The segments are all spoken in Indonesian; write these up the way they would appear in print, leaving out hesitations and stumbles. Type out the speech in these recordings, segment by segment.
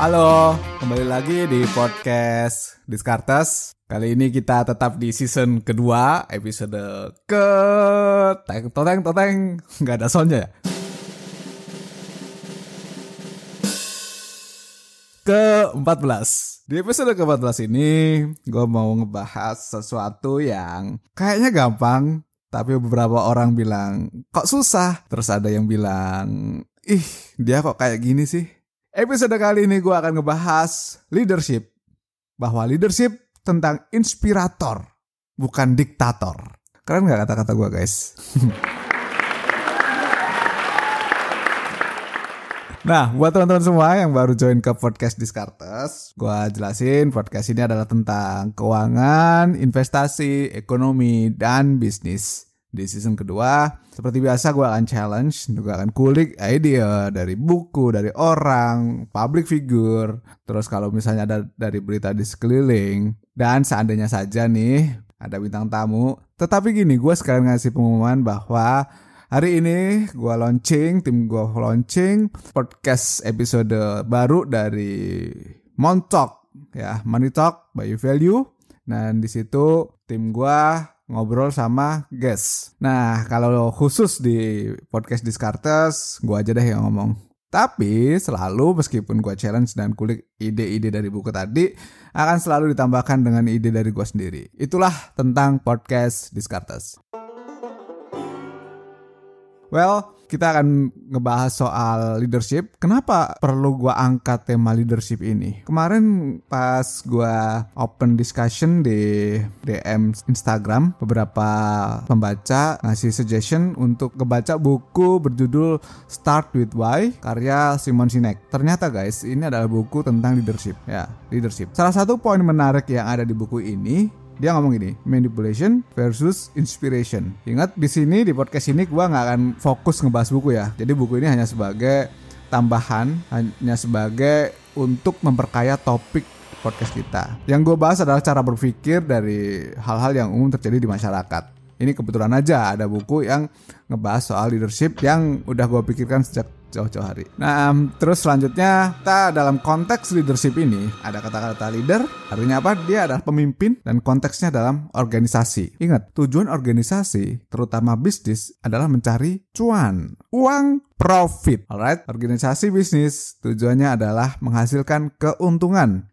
Halo, kembali lagi di podcast Diskartes. Kali ini kita tetap di season kedua, episode toteng, nggak ada soundnya ya? Ke-14. Di episode ke-14 ini, gue mau ngebahas sesuatu yang kayaknya gampang, tapi beberapa orang bilang, kok susah? Terus ada yang bilang, dia kok kayak gini sih? Episode kali ini gue akan ngebahas leadership. Bahwa leadership tentang inspirator, bukan diktator. Keren gak kata-kata gue, guys? Nah, buat teman-teman semua yang baru join ke podcast Diskartes, gue jelasin podcast ini adalah tentang keuangan, investasi, ekonomi, dan bisnis. Di season kedua, seperti biasa gue akan challenge, juga akan kulik ide dari buku, dari orang, public figure, terus kalau misalnya ada dari berita di sekeliling, dan seandainya saja nih ada bintang tamu. Tetapi gini, gue sekarang ngasih pengumuman bahwa hari ini tim gue launching podcast episode baru dari Montalk, ya, Money Talk by Value. Dan di situ tim gue ngobrol sama guest. Nah, kalau khusus di podcast Diskartes, gue aja deh yang ngomong. Tapi selalu meskipun gue challenge dan kulik ide-ide dari buku tadi, akan selalu ditambahkan dengan ide dari gue sendiri. Itulah tentang podcast Diskartes. Well, kita akan ngebahas soal leadership. Kenapa perlu gue angkat tema leadership ini? Kemarin pas gue open discussion di DM Instagram, beberapa pembaca ngasih suggestion untuk ngebaca buku berjudul Start With Why, karya Simon Sinek. Ternyata guys, ini adalah buku tentang leadership. Ya, leadership. Salah satu poin menarik yang ada di buku ini, dia ngomong gini, manipulation versus inspiration. Ingat di sini di podcast ini gue nggak akan fokus ngebahas buku ya. Jadi buku ini hanya sebagai tambahan, hanya sebagai untuk memperkaya topik podcast kita. Yang gue bahas adalah cara berpikir dari hal-hal yang umum terjadi di masyarakat. Ini kebetulan aja ada buku yang ngebahas soal leadership yang udah gue pikirkan sejak jauh-jauh hari. Nah, terus selanjutnya kita dalam konteks leadership ini ada kata-kata leader, artinya apa? Dia adalah pemimpin dan konteksnya dalam organisasi. Ingat, tujuan organisasi, terutama bisnis, adalah mencari cuan, uang, profit. Alright, organisasi bisnis tujuannya adalah menghasilkan keuntungan.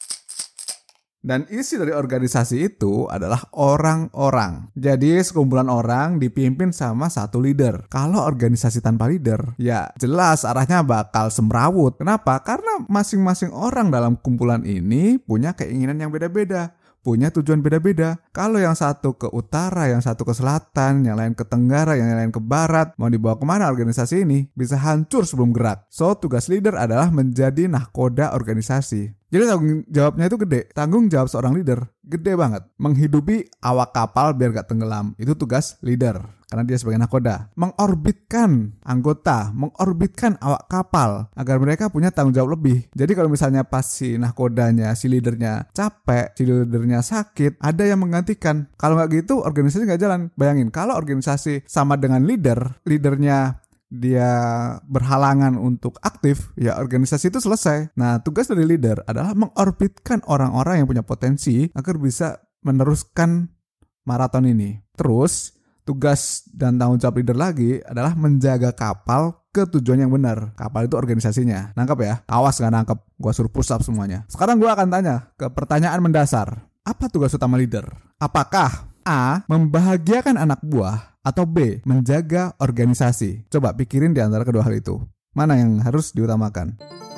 Dan isi dari organisasi itu adalah orang-orang. Jadi sekumpulan orang dipimpin sama satu leader. Kalau organisasi tanpa leader, ya jelas arahnya bakal semrawut. Kenapa? Karena masing-masing orang dalam kumpulan ini punya keinginan yang beda-beda, punya tujuan beda-beda. Kalau yang satu ke utara, yang satu ke selatan, yang lain ke tenggara, yang lain ke barat, mau dibawa kemana organisasi ini? Bisa hancur sebelum gerak. So, tugas leader adalah menjadi nahkoda organisasi. Jadi tanggung jawabnya itu gede. Tanggung jawab seorang leader gede banget. Menghidupi awak kapal biar gak tenggelam. Itu tugas leader. Karena dia sebagai nahkoda. Mengorbitkan anggota, mengorbitkan awak kapal agar mereka punya tanggung jawab lebih. Jadi kalau misalnya pas si nahkodanya, si leadernya capek, si leadernya sakit, ada yang menggantikan. Kalau gak gitu, organisasi gak jalan. Bayangin, kalau organisasi sama dengan leadernya dia berhalangan untuk aktif, ya organisasi itu selesai. Nah, tugas dari leader adalah mengorbitkan orang-orang yang punya potensi agar bisa meneruskan maraton ini. Terus, tugas dan tanggung jawab leader lagi adalah menjaga kapal ke tujuan yang benar. Kapal itu organisasinya. Nangkep ya? Awas gak nangkep. Gua suruh push up semuanya. Sekarang gua akan tanya ke pertanyaan mendasar. Apa tugas utama leader? Apakah A. Membahagiakan anak buah, atau B. Menjaga organisasi? Coba pikirin di antara kedua hal itu. Mana yang harus diutamakan?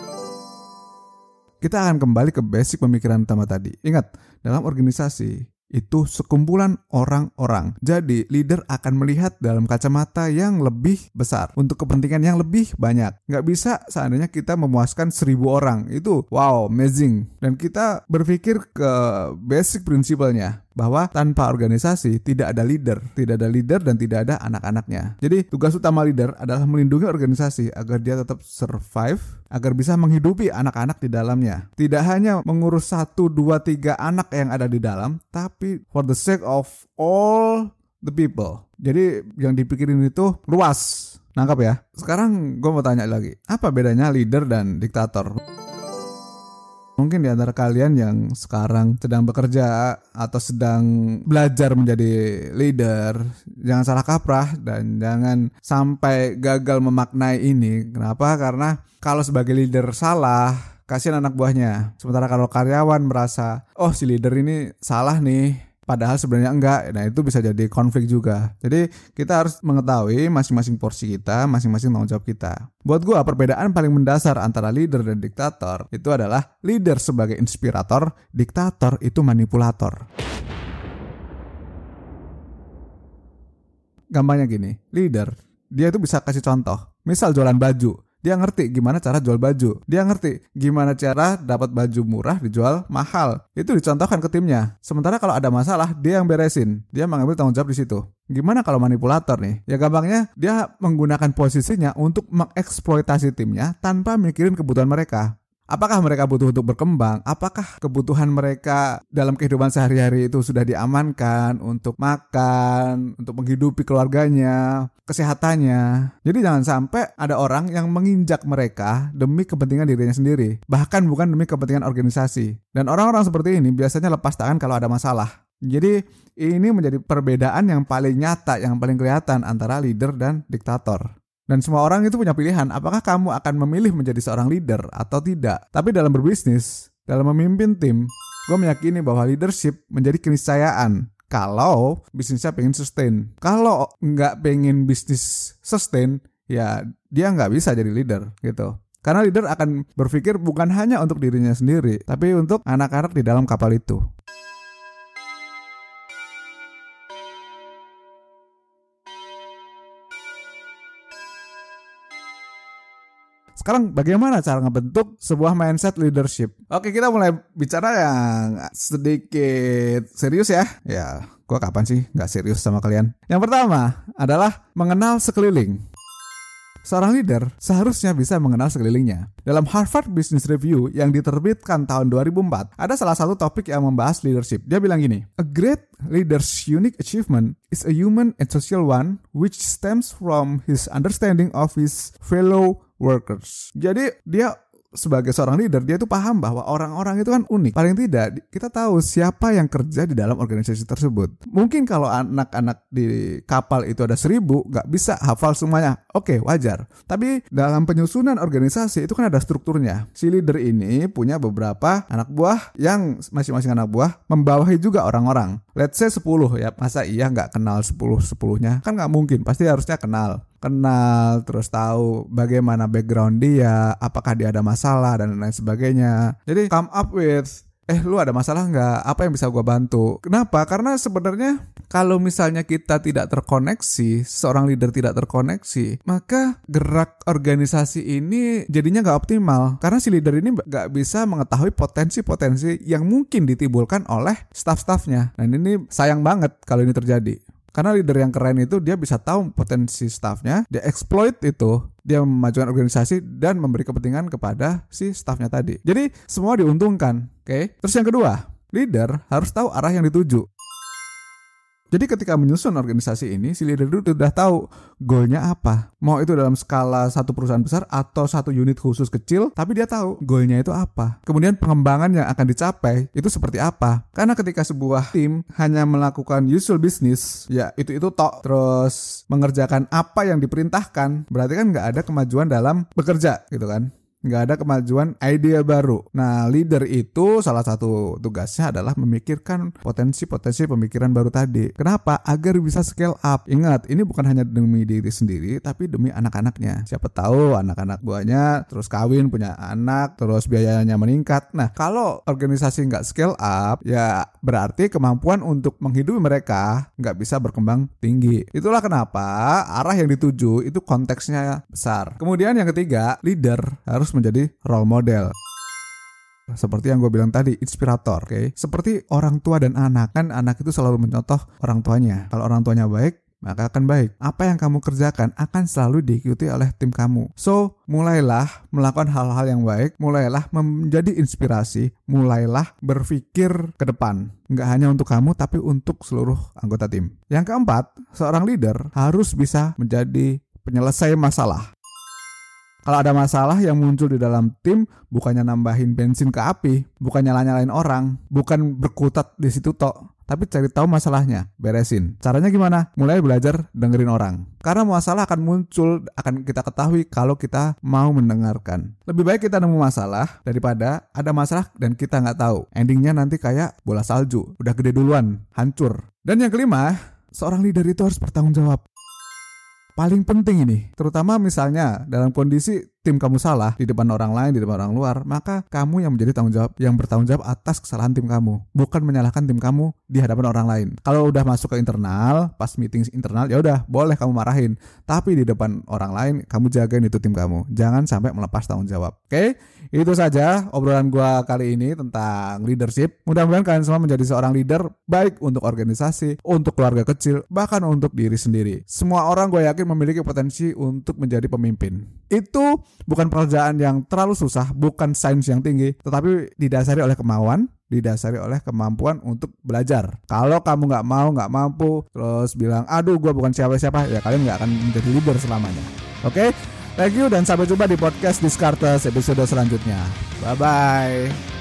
Kita akan kembali ke basic pemikiran utama tadi. Ingat, dalam organisasi itu sekumpulan orang-orang. Jadi leader akan melihat dalam kacamata yang lebih besar untuk kepentingan yang lebih banyak. Nggak bisa seandainya kita memuaskan 1.000 orang. Itu wow, amazing. Dan kita berpikir ke basic prinsipalnya bahwa tanpa organisasi tidak ada leader dan tidak ada anak-anaknya. Jadi tugas utama leader adalah melindungi organisasi agar dia tetap survive, agar bisa menghidupi anak-anak di dalamnya. Tidak hanya mengurus 1, 2, 3 anak yang ada di dalam, tapi for the sake of all the people. Jadi yang dipikirin itu luas. Nangkap ya? Sekarang gue mau tanya lagi, apa bedanya leader dan diktator? Mungkin di antara kalian yang sekarang sedang bekerja atau sedang belajar menjadi leader, jangan salah kaprah dan jangan sampai gagal memaknai ini. Kenapa? Karena kalau sebagai leader salah, kasihan anak buahnya. Sementara kalau karyawan merasa, oh si leader ini salah nih, padahal sebenarnya enggak, nah itu bisa jadi konflik juga. Jadi kita harus mengetahui masing-masing porsi kita, masing-masing tanggung jawab kita. Buat gua perbedaan paling mendasar antara leader dan diktator itu adalah leader sebagai inspirator, diktator itu manipulator. Gampangnya gini, leader dia itu bisa kasih contoh. Misal jualan baju, dia ngerti gimana cara jual baju. Dia ngerti gimana cara dapat baju murah dijual mahal. Itu dicontohkan ke timnya. Sementara kalau ada masalah, dia yang beresin. Dia mengambil tanggung jawab di situ. Gimana kalau manipulator nih? Ya gampangnya dia menggunakan posisinya untuk mengeksploitasi timnya tanpa mikirin kebutuhan mereka. Apakah mereka butuh untuk berkembang? Apakah kebutuhan mereka dalam kehidupan sehari-hari itu sudah diamankan untuk makan, untuk menghidupi keluarganya, kesehatannya? Jadi jangan sampai ada orang yang menginjak mereka demi kepentingan dirinya sendiri, bahkan bukan demi kepentingan organisasi. Dan orang-orang seperti ini biasanya lepas tangan kalau ada masalah. Jadi ini menjadi perbedaan yang paling nyata, yang paling kelihatan antara leader dan diktator. Dan semua orang itu punya pilihan, apakah kamu akan memilih menjadi seorang leader atau tidak. Tapi dalam berbisnis, dalam memimpin tim, gue meyakini bahwa leadership menjadi keniscayaan kalau bisnisnya pengen sustain. Kalau nggak pengen bisnis sustain, ya dia nggak bisa jadi leader gitu. Karena leader akan berpikir bukan hanya untuk dirinya sendiri, tapi untuk anak-anak di dalam kapal itu. Sekarang bagaimana cara ngebentuk sebuah mindset leadership? Oke, kita mulai bicara yang sedikit serius ya. Ya, gua kapan sih nggak serius sama kalian? Yang pertama adalah mengenal sekeliling. Seorang leader seharusnya bisa mengenal sekelilingnya. Dalam Harvard Business Review yang diterbitkan tahun 2004, ada salah satu topik yang membahas leadership. Dia bilang gini, "A great leader's unique achievement is a human and social one which stems from his understanding of his fellow workers." Jadi dia sebagai seorang leader, dia tuh paham bahwa orang-orang itu kan unik. Paling tidak kita tahu siapa yang kerja di dalam organisasi tersebut. Mungkin kalau anak-anak di kapal itu ada 1.000, gak bisa hafal semuanya. Oke, wajar. Tapi dalam penyusunan organisasi itu kan ada strukturnya. Si leader ini punya beberapa anak buah yang masing-masing anak buah membawahi juga orang-orang. Let's say 10 ya. Masa iya gak kenal 10-10-nya? Kan gak mungkin, pasti harusnya kenal, terus tahu bagaimana background dia, apakah dia ada masalah dan lain sebagainya. Jadi come up with, lu ada masalah nggak? Apa yang bisa gue bantu? Kenapa? Karena sebenarnya kalau misalnya kita tidak terkoneksi, seorang leader tidak terkoneksi, maka gerak organisasi ini jadinya nggak optimal. Karena si leader ini nggak bisa mengetahui potensi-potensi yang mungkin ditimbulkan oleh staff-staffnya. Dan ini sayang banget kalau ini terjadi. Karena leader yang keren itu dia bisa tahu potensi staffnya, dia exploit itu, dia memajukan organisasi dan memberi kepentingan kepada si staffnya tadi. Jadi semua diuntungkan, oke? Terus yang kedua, leader harus tahu arah yang dituju. Jadi ketika menyusun organisasi ini, si leader itu sudah tahu goalnya apa. Mau itu dalam skala satu perusahaan besar atau satu unit khusus kecil, tapi dia tahu goalnya itu apa. Kemudian pengembangan yang akan dicapai itu seperti apa. Karena ketika sebuah tim hanya melakukan usual business, ya itu tok, terus mengerjakan apa yang diperintahkan, berarti kan nggak ada kemajuan dalam bekerja gitu kan. Nggak ada kemajuan ide baru. Nah, leader itu salah satu tugasnya adalah memikirkan potensi-potensi pemikiran baru tadi. Kenapa? Agar bisa scale up. Ingat, ini bukan hanya demi diri sendiri, tapi demi anak-anaknya. Siapa tahu anak-anak buahnya terus kawin, punya anak, terus biayanya meningkat. Nah, kalau organisasi nggak scale up, ya berarti kemampuan untuk menghidupi mereka nggak bisa berkembang tinggi. Itulah kenapa arah yang dituju itu konteksnya besar. Kemudian yang ketiga, leader harus menjadi role model. Seperti yang gue bilang tadi, inspirator, oke? Seperti orang tua dan anak. Kan anak itu selalu mencontoh orang tuanya. Kalau orang tuanya baik, maka akan baik. Apa yang kamu kerjakan akan selalu diikuti oleh tim kamu. So, mulailah melakukan hal-hal yang baik, mulailah menjadi inspirasi, mulailah berpikir ke depan. Nggak hanya untuk kamu, tapi untuk seluruh anggota tim. Yang keempat, seorang leader harus bisa menjadi penyelesai masalah. Kalau ada masalah yang muncul di dalam tim, bukannya nambahin bensin ke api, bukan nyala-nyalain orang, bukan berkutat di situ tok, tapi cari tahu masalahnya, beresin. Caranya gimana? Mulai belajar dengerin orang. Karena masalah akan muncul, akan kita ketahui kalau kita mau mendengarkan. Lebih baik kita nemu masalah daripada ada masalah dan kita nggak tahu. Endingnya nanti kayak bola salju, udah gede duluan, hancur. Dan yang kelima, seorang leader itu harus bertanggung jawab. Paling penting ini, terutama misalnya dalam kondisi tim kamu salah di depan orang lain, di depan orang luar, maka kamu yang menjadi bertanggung jawab atas kesalahan tim kamu, bukan menyalahkan tim kamu di hadapan orang lain. Kalau udah masuk ke internal, pas meeting internal, ya udah boleh kamu marahin, tapi di depan orang lain kamu jagain itu tim kamu, jangan sampai melepas tanggung jawab. Oke, itu saja obrolan gua kali ini tentang leadership. Mudah-mudahan kalian semua menjadi seorang leader, baik untuk organisasi, untuk keluarga kecil, bahkan untuk diri sendiri. Semua orang gue yakin memiliki potensi untuk menjadi pemimpin. Itu bukan pekerjaan yang terlalu susah, bukan sains yang tinggi, tetapi didasari oleh kemauan, didasari oleh kemampuan untuk belajar. Kalau kamu nggak mampu, terus bilang, aduh gue bukan siapa-siapa, ya kalian nggak akan menjadi leader selamanya. Oke? Thank you dan sampai jumpa di podcast Descartes episode selanjutnya. Bye-bye.